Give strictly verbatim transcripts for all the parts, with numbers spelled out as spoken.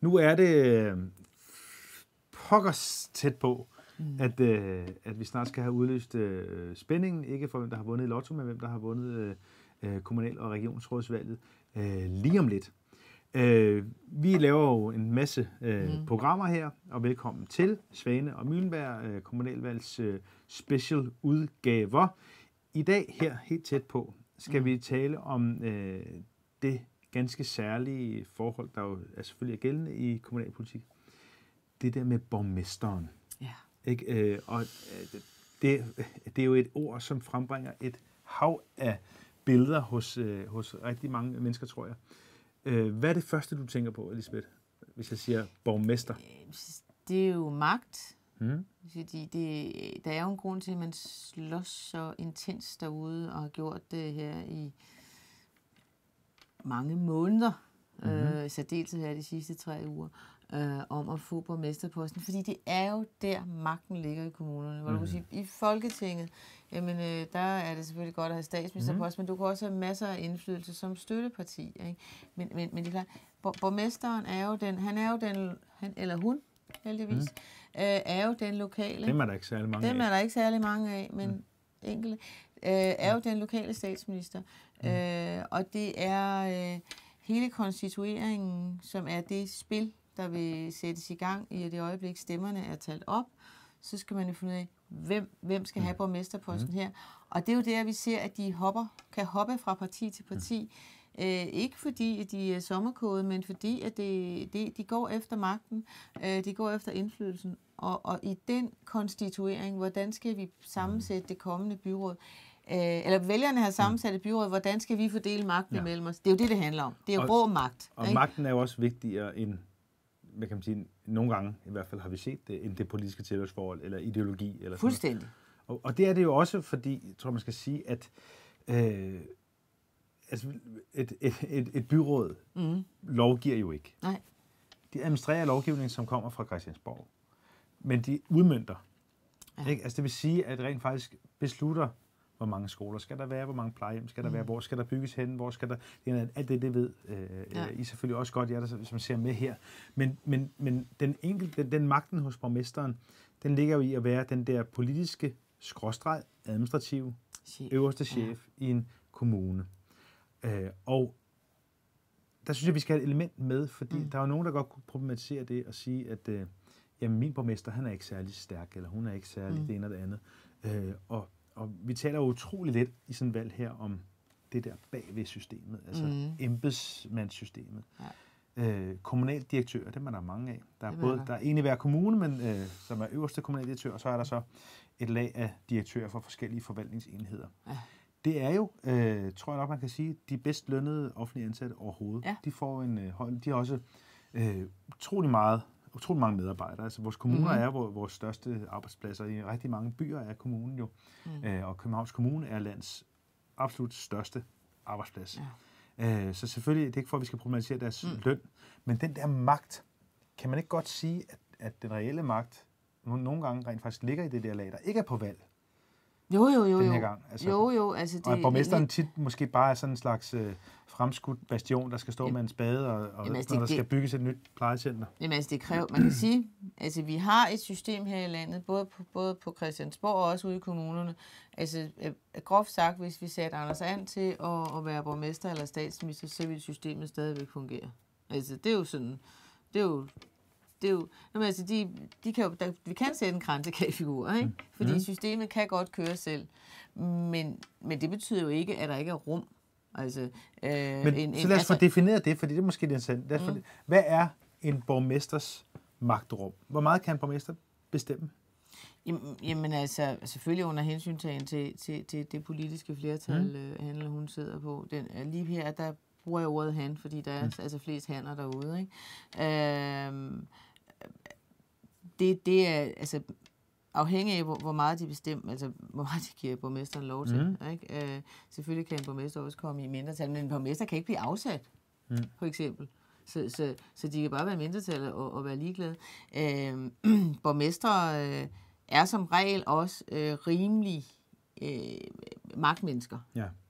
Nu er det øh, pokkers tæt på, mm. at, øh, at vi snart skal have udløst øh, spændingen, ikke for hvem der har vundet i Lotto, men hvem der har vundet øh, kommunal- og regionsrådsvalget øh, lige om lidt. Øh, vi laver jo en masse øh, mm. programmer her, og velkommen til Svane og Møllenberg øh, kommunalvalgs øh, special udgaver. I dag her helt tæt på skal mm. vi tale om øh, det ganske særlige forhold, der jo er selvfølgelig er gældende i kommunalpolitik. Det der med borgmesteren. Ja. Ikke? Øh, og øh, det, det er jo et ord, som frembringer et hav af billeder hos, øh, hos rigtig mange mennesker, tror jeg. Øh, hvad er det første, du tænker på, Elisabeth, hvis jeg siger borgmester? Det er jo magt. Mm. Fordi det, der er jo en grund til, at man slås så intens derude og har gjort det her i mange måneder, mm-hmm. øh, særdeleshed her de sidste tre uger, øh, om at få borgmesterposten. Fordi det er jo der, magten ligger i kommunerne. Hvor mm-hmm. du kan sige, i Folketinget, jamen, øh, der er det selvfølgelig godt at have statsministerposten, mm-hmm. men du kan også have masser af indflydelse som støtteparti. Ikke? Men, men, men det er klart, borgmesteren er jo den, han er jo den, han, eller hun, heldigvis, mm. øh, er jo den lokale. Dem er der ikke særlig mange Dem af. er der ikke særlig mange af, men mm. enkelte. Øh, er jo den lokale statsminister. Mm. Øh, og det er øh, hele konstitueringen, som er det spil, der vil sættes i gang i det øjeblik, stemmerne er talt op. Så skal man jo finde ud af, hvem, hvem skal have borgmesterposten mm. her. Og det er jo der, vi ser, at de hopper, kan hoppe fra parti til parti. Mm. Øh, ikke fordi, at de er sommerkode, men fordi, at det, det, de går efter magten, øh, de går efter indflydelsen. Og, og i den konstituering, hvordan skal vi sammensætte det kommende byråd? Øh, eller vælgerne har sammensat et byråd, hvordan skal vi fordele magten ja. imellem os? Det er jo det, det handler om. Det er jo rå magt. Og ikke? Magten er jo også vigtigere end, hvad kan man sige, nogle gange, i hvert fald har vi set det, end det politiske tilhørsforhold eller ideologi. Eller Fuldstændig. Og, og det er det jo også, fordi, jeg tror, man skal sige, at øh, altså et, et, et, et byråd mm. lovgiver jo ikke. Nej. De administrerer lovgivning, som kommer fra Christiansborg. Men de udmønter. Ja. Ikke? Altså det vil sige, at rent faktisk beslutter, hvor mange skoler skal der være, hvor mange plejehjem skal der mm. være, hvor skal der bygges hen, hvor skal der... Alt det, det ved øh, ja. I selvfølgelig også godt, jeg der, som ser med her. Men, men, men den, enkelte, den, den magten hos borgmesteren, den ligger jo i at være den der politiske skråstreg, administrative, chef. øverste chef ja. i en kommune. Øh, og der synes jeg, vi skal have et element med, fordi mm. der er jo nogen, der godt kunne problematisere det og sige, at øh, jamen, min borgmester, han er ikke særlig stærk, eller hun er ikke særlig mm. det ene og det andet. Øh, og, og vi taler jo utrolig lidt i sådan et valg her om det der bagved systemet, altså mm. embedsmandssystemet. Ja. Øh, kommunaldirektører, dem er der mange af. Der er, er både, der er en i hver kommune, men, øh, som er øverste kommunaldirektør, og så er der så et lag af direktører for forskellige forvaltningsenheder. Ja. Det er jo, øh, tror jeg nok, man kan sige, de bedst lønnede offentlige ansatte overhovedet. Ja. De får en øh, hold, de har også øh, utrolig meget, utrolig mange medarbejdere. Altså vores kommuner mm-hmm. er vores, vores største arbejdspladser. I rigtig mange byer er kommunen jo, mm. øh, og Københavns Kommune er landets absolut største arbejdsplads. Ja. Øh, så selvfølgelig, det er ikke for, at vi skal problematisere deres mm. løn, men den der magt, kan man ikke godt sige, at, at den reelle magt nogle gange rent faktisk ligger i det der lag, der ikke er på valg. Jo, jo, jo. Den her gang. Altså, jo, jo. Altså det, og at borgmesteren tit måske bare er sådan en slags øh, fremskudt bastion, der skal stå ja. med en spade, og, og jamen, altså, når det, der skal bygges et nyt plejecenter. Jamen altså, det kræver, man kan sige, altså vi har et system her i landet, både på, både på Christiansborg og også ude i kommunerne. Altså groft sagt, hvis vi satte Anders And til at, at være borgmester eller statsminister, så ville systemet stadigvæk fungere. Altså det er jo sådan, det er jo... Det er jo, jamen, altså, de, de kan jo, der, vi kan sætte en kransekagefigur, ikke? Fordi mm. systemet kan godt køre selv. Men, men det betyder jo ikke, at der ikke er rum. Altså, øh, men, en, så lad os altså, få defineret det, fordi det er måske interessant. Mm. For, hvad er en borgmesters magtrum? Hvor meget kan en borgmester bestemme? Jamen, jamen altså, selvfølgelig under hensyntagen til, til, til det politiske flertal, mm. øh, han eller hun sidder på. Den, lige her, der bruger jeg ordet han, fordi der er mm. altså flest hanner derude, ikke? Øhm, det, det er altså afhængig af, hvor, hvor meget de bestemmer, altså hvor meget de giver borgmesteren lov til. Mm. Ikke? Øh, selvfølgelig kan en borgmester også komme i mindretal, men en borgmester kan ikke blive afsat, mm. for eksempel. Så, så, så de kan bare være mindretal og, og være ligeglade. Øh, borgmestre øh, er som regel også øh, rimelig øh, magtmennesker. Ja.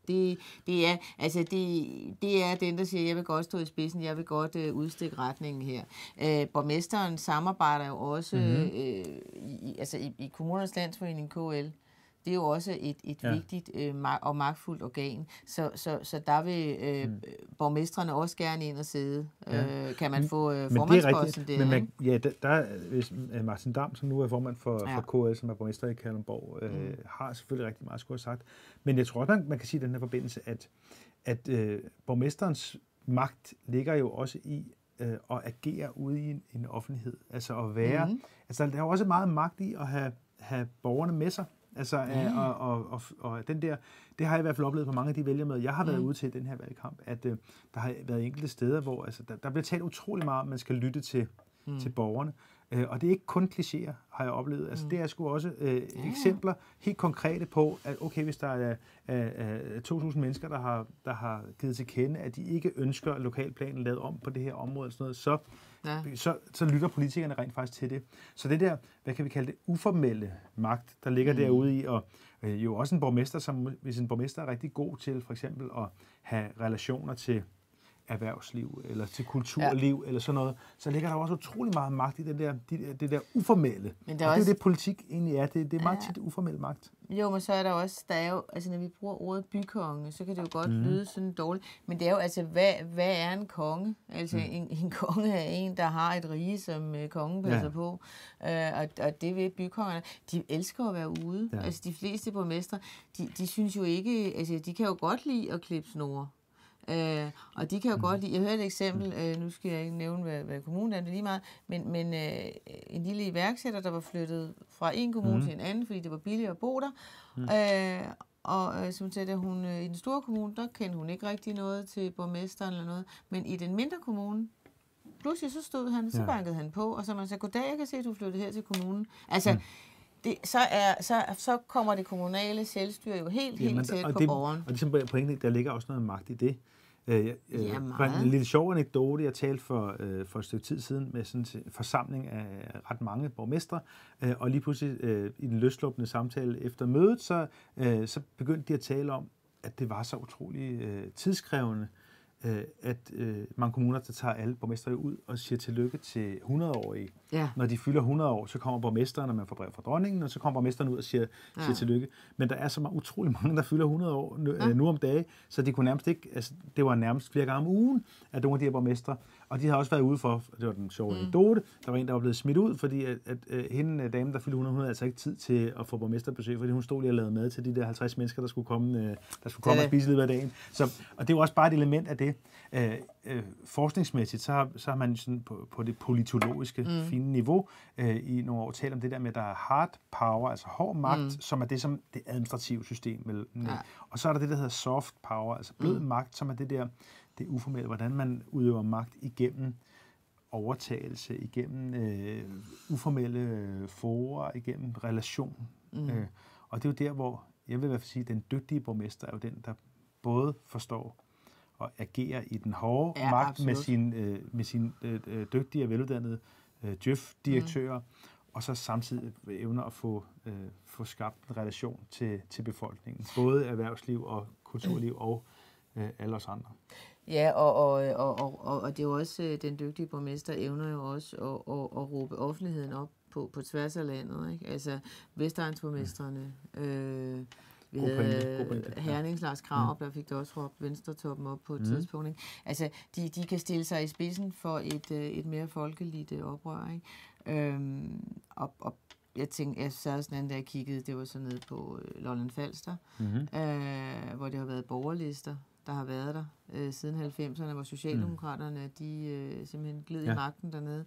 Det, det, er, altså det, det er den, der siger, jeg vil godt stå i spidsen, jeg vil godt øh, udstikke retningen her. Øh, borgmesteren samarbejder jo også mm-hmm. øh, i, altså i, i Kommunernes Landsforening, K L. Det er jo også et, et ja. vigtigt øh, og magtfuldt organ, så, så, så der vil øh, mm. borgmestrene også gerne ind og sidde. Ja. Øh, kan man få øh, formandsposten der? Men man, ja, der, der hvis Martin Dam, som nu er formand for, ja. for K L, som er borgmester i Kalundborg, øh, mm. har selvfølgelig rigtig meget skulle have sagt. Men jeg tror også, man, man kan sige i den her forbindelse, at, at øh, borgmesterens magt ligger jo også i øh, at agere ude i en, en offentlighed. Altså at være... Mm. Altså der er jo også meget magt i at have, have borgerne med sig. Altså, mm. og, og, og, og den der, det har jeg i hvert fald oplevet på mange af de vælgermøder, jeg har været mm. ude til i den her valgkamp, at uh, der har været enkelte steder, hvor altså, der, der bliver talt utrolig meget om, at man skal lytte til, mm. til borgerne. Uh, og det er ikke kun klichéer, har jeg oplevet. Altså, mm. det er sgu også uh, ja. eksempler, helt konkrete på, at okay, hvis der er uh, uh, to tusind mennesker, der har, der har givet til kende, at de ikke ønsker lokalplanen lavet om på det her område, sådan noget, så Ja. Så, så lytter politikerne rent faktisk til det. Så det der, hvad kan vi kalde det, uformelle magt, der ligger mm. derude i, og øh, jo også en borgmester, som hvis en borgmester er rigtig god til for eksempel at have relationer til erhvervsliv, eller til kulturliv, ja. eller sådan noget, så ligger der også utrolig meget magt i det der, det, det der uformelle. Men det er, og også, det er det, politik egentlig er. Det, det er meget ja. tit uformel magt. Jo, men så er der også, der er jo, altså når vi bruger ordet bykonge, så kan det jo godt mm. lyde sådan dårligt, men det er jo altså, hvad, hvad er en konge? Altså mm. en, en konge er en, der har et rige, som uh, kongen passer ja. på, uh, og, og det ved bykongerne. De elsker at være ude. Ja. Altså de fleste borgmestre, de, de synes jo ikke, altså de kan jo godt lide at klippe snore. Øh, og de kan jo mm. godt lide, jeg hørte et eksempel, øh, nu skal jeg ikke nævne, hvad, hvad kommunen er, det lige meget, men, men øh, en lille iværksætter, der var flyttet fra en kommune mm. til en anden, fordi det var billigere at bo der, mm. øh, og øh, som sagde, hun øh, i den store kommune, der kendte hun ikke rigtig noget til borgmesteren eller noget, men i den mindre kommune, pludselig så stod han, så bankede ja. han på, og så man sagde, goddag, jeg kan se, at du flyttede her til kommunen. Altså, mm. Det, så, er, så, så kommer det kommunale selvstyre jo helt, helt Jamen, tæt på det, borgeren. Og ligesom pointen, der ligger også noget magt i det. Øh, øh, ja, en lille sjov anekdote, jeg talte for, øh, for et stykke tid siden med sådan en forsamling af ret mange borgmestre, øh, og lige pludselig øh, i den løsluppende samtale efter mødet, så, øh, så begyndte de at tale om, at det var så utrolig øh, tidskrævende, øh, at øh, mange kommuner, der tager alle borgmestre ud og siger tillykke til hundrede-årige. Ja. Når de fylder hundrede år, så kommer borgmesteren, og man får brev fra dronningen, og så kommer borgmesteren ud og siger, ja. siger tillykke. Men der er så meget, utrolig mange, der fylder hundrede år nu, ja. nu om dagen, så de kunne nærmest ikke, altså, det var nærmest flere gange om ugen, at nogle af de her borgmestre, og de har også været ude for, det var den sjove mm. anekdote, der var en, der var blevet smidt ud, fordi at, at, at hende, damen, der fyldte hundrede, hun havde altså ikke tid til at få borgmesterbesøg, fordi hun stod lige og lavede mad til de der halvtreds mennesker, der skulle komme, der skulle komme og spise lidt hver dagen. Så, og det er jo også bare et element af det. Øh, øh, forskningsmæssigt, så har, så har man sådan på, på det politologiske mm. fine niveau øh, i nogle år talt om det der med, at der er hard power, altså hård magt, mm. som er det som det administrative system. Med, med. Ja. Og så er der det, der hedder soft power, altså blød mm. magt, som er det der, det uformelle, hvordan man udøver magt igennem overtagelse, igennem øh, uformelle øh, forer, igennem relation. Mm. Øh, og det er jo der, hvor jeg vil i hvert fald sige, at den dygtige borgmester er jo den, der både forstår og agerer i den hårde ja, magt absolut. med sin, øh, med sin øh, dygtige og veluddannede øh, J E F-direktører, mm. og så samtidig evner at få, øh, få skabt en relation til, til befolkningen. Både erhvervsliv og kulturliv mm. og øh, alle os andre. Ja, og, og, og, og, og det er jo også, øh, den dygtige borgmester evner jo også at, at, at råbe offentligheden op på, på tværs af landet. Ikke? Altså Vestegnsborgmestrene, øh, vi god havde pointe, Hernings Lars Krarup, mm. der fik det også råbt Venstretoppen op på et mm. tidspunkt. Ikke? Altså, de, de kan stille sig i spidsen for et, et mere folkeligt oprør. Ikke? Øhm, og, og jeg tænkte, jeg sad sådan en, da jeg kiggede, det var så nede på Lolland Falster, mm-hmm. øh, hvor det har været borgerlister, der har været der øh, siden halvfemserne, hvor Socialdemokraterne, mm. de øh, simpelthen gled ja. i magten dernede.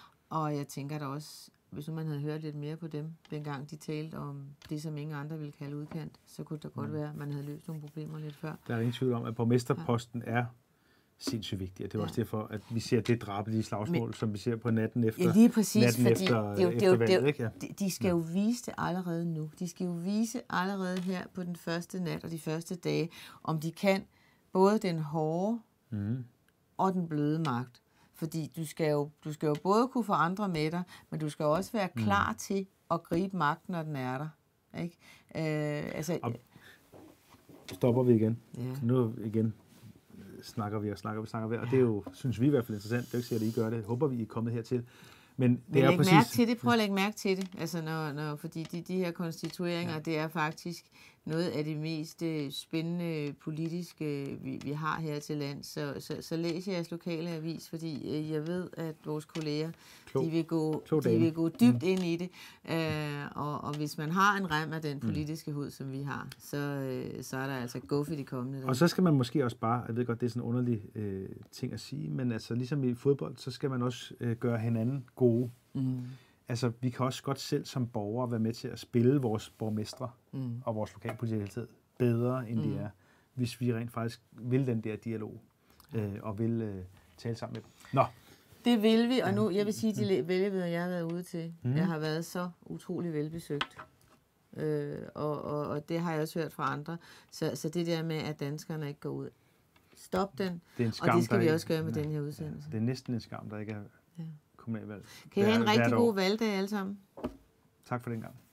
Og jeg tænker da også, hvis nu man havde hørt lidt mere på dem, dengang de talte om det, som ingen andre ville kalde udkant, så kunne det godt mm. være, at man havde løst nogle problemer lidt før. Der er ingen tvivl om, at borgmesterposten ja. er sindssygt vigtig, og det er ja. også derfor, at vi ser det drabelige slagsmål, Men, som vi ser på natten efter ja, lige præcis, natten fordi efter, det er jo, efter det er jo, valget. Det er jo, de skal jo vise det allerede nu. De skal jo vise allerede her på den første nat og de første dage, om de kan både den hårde mm. og den bløde magt. Fordi du skal, jo, du skal jo både kunne få andre med dig, men du skal også være klar mm. til at gribe magten, når den er der. Ikke? Øh, altså, og, stopper vi igen. Ja. Nu igen snakker vi og snakker vi snakker vi, og det er jo, synes vi i hvert fald interessant. Det er jo ikke sikkert, at I gør det. Håber vi, I er kommet hertil. Men det Men er læg præcis... mærke til det. Prøv at lægge mærke til det. Altså, når, når, fordi de, de her konstitueringer, ja. det er faktisk noget af det mest spændende politiske, vi, vi har her til land. Så, så, så læs jeres lokale avis, fordi jeg ved, at vores kolleger, Klog. de vil gå, de vil gå dybt mm. ind i det. Uh, og, og hvis man har en rem af den politiske hud, som vi har, så, uh, så er der altså go for de kommende. Der. Og så skal man måske også bare, jeg ved godt, det er sådan en underlig øh, ting at sige, men altså ligesom i fodbold, så skal man også øh, gøre hinanden gode. Mm. Altså, vi kan også godt selv som borgere være med til at spille vores borgmestre mm. og vores lokalpolitik bedre, end mm. det er, hvis vi rent faktisk vil den der dialog øh, og vil øh, tale sammen med dem. Nå. Det vil vi, og nu, jeg vil sige, de vælgermøder, jeg har været ude til, mm. jeg har været så utrolig velbesøgt. Øh, og, og, og det har jeg også hørt fra andre. Så, så det der med, at danskerne ikke går ud. Stop den, det skam, og det skal vi også gøre med ja, den her udsendelse. Ja, det er næsten en skam, der ikke er ja. kommunalvalg. Kan I have en rigtig god valgdag alle sammen? Tak for den gang.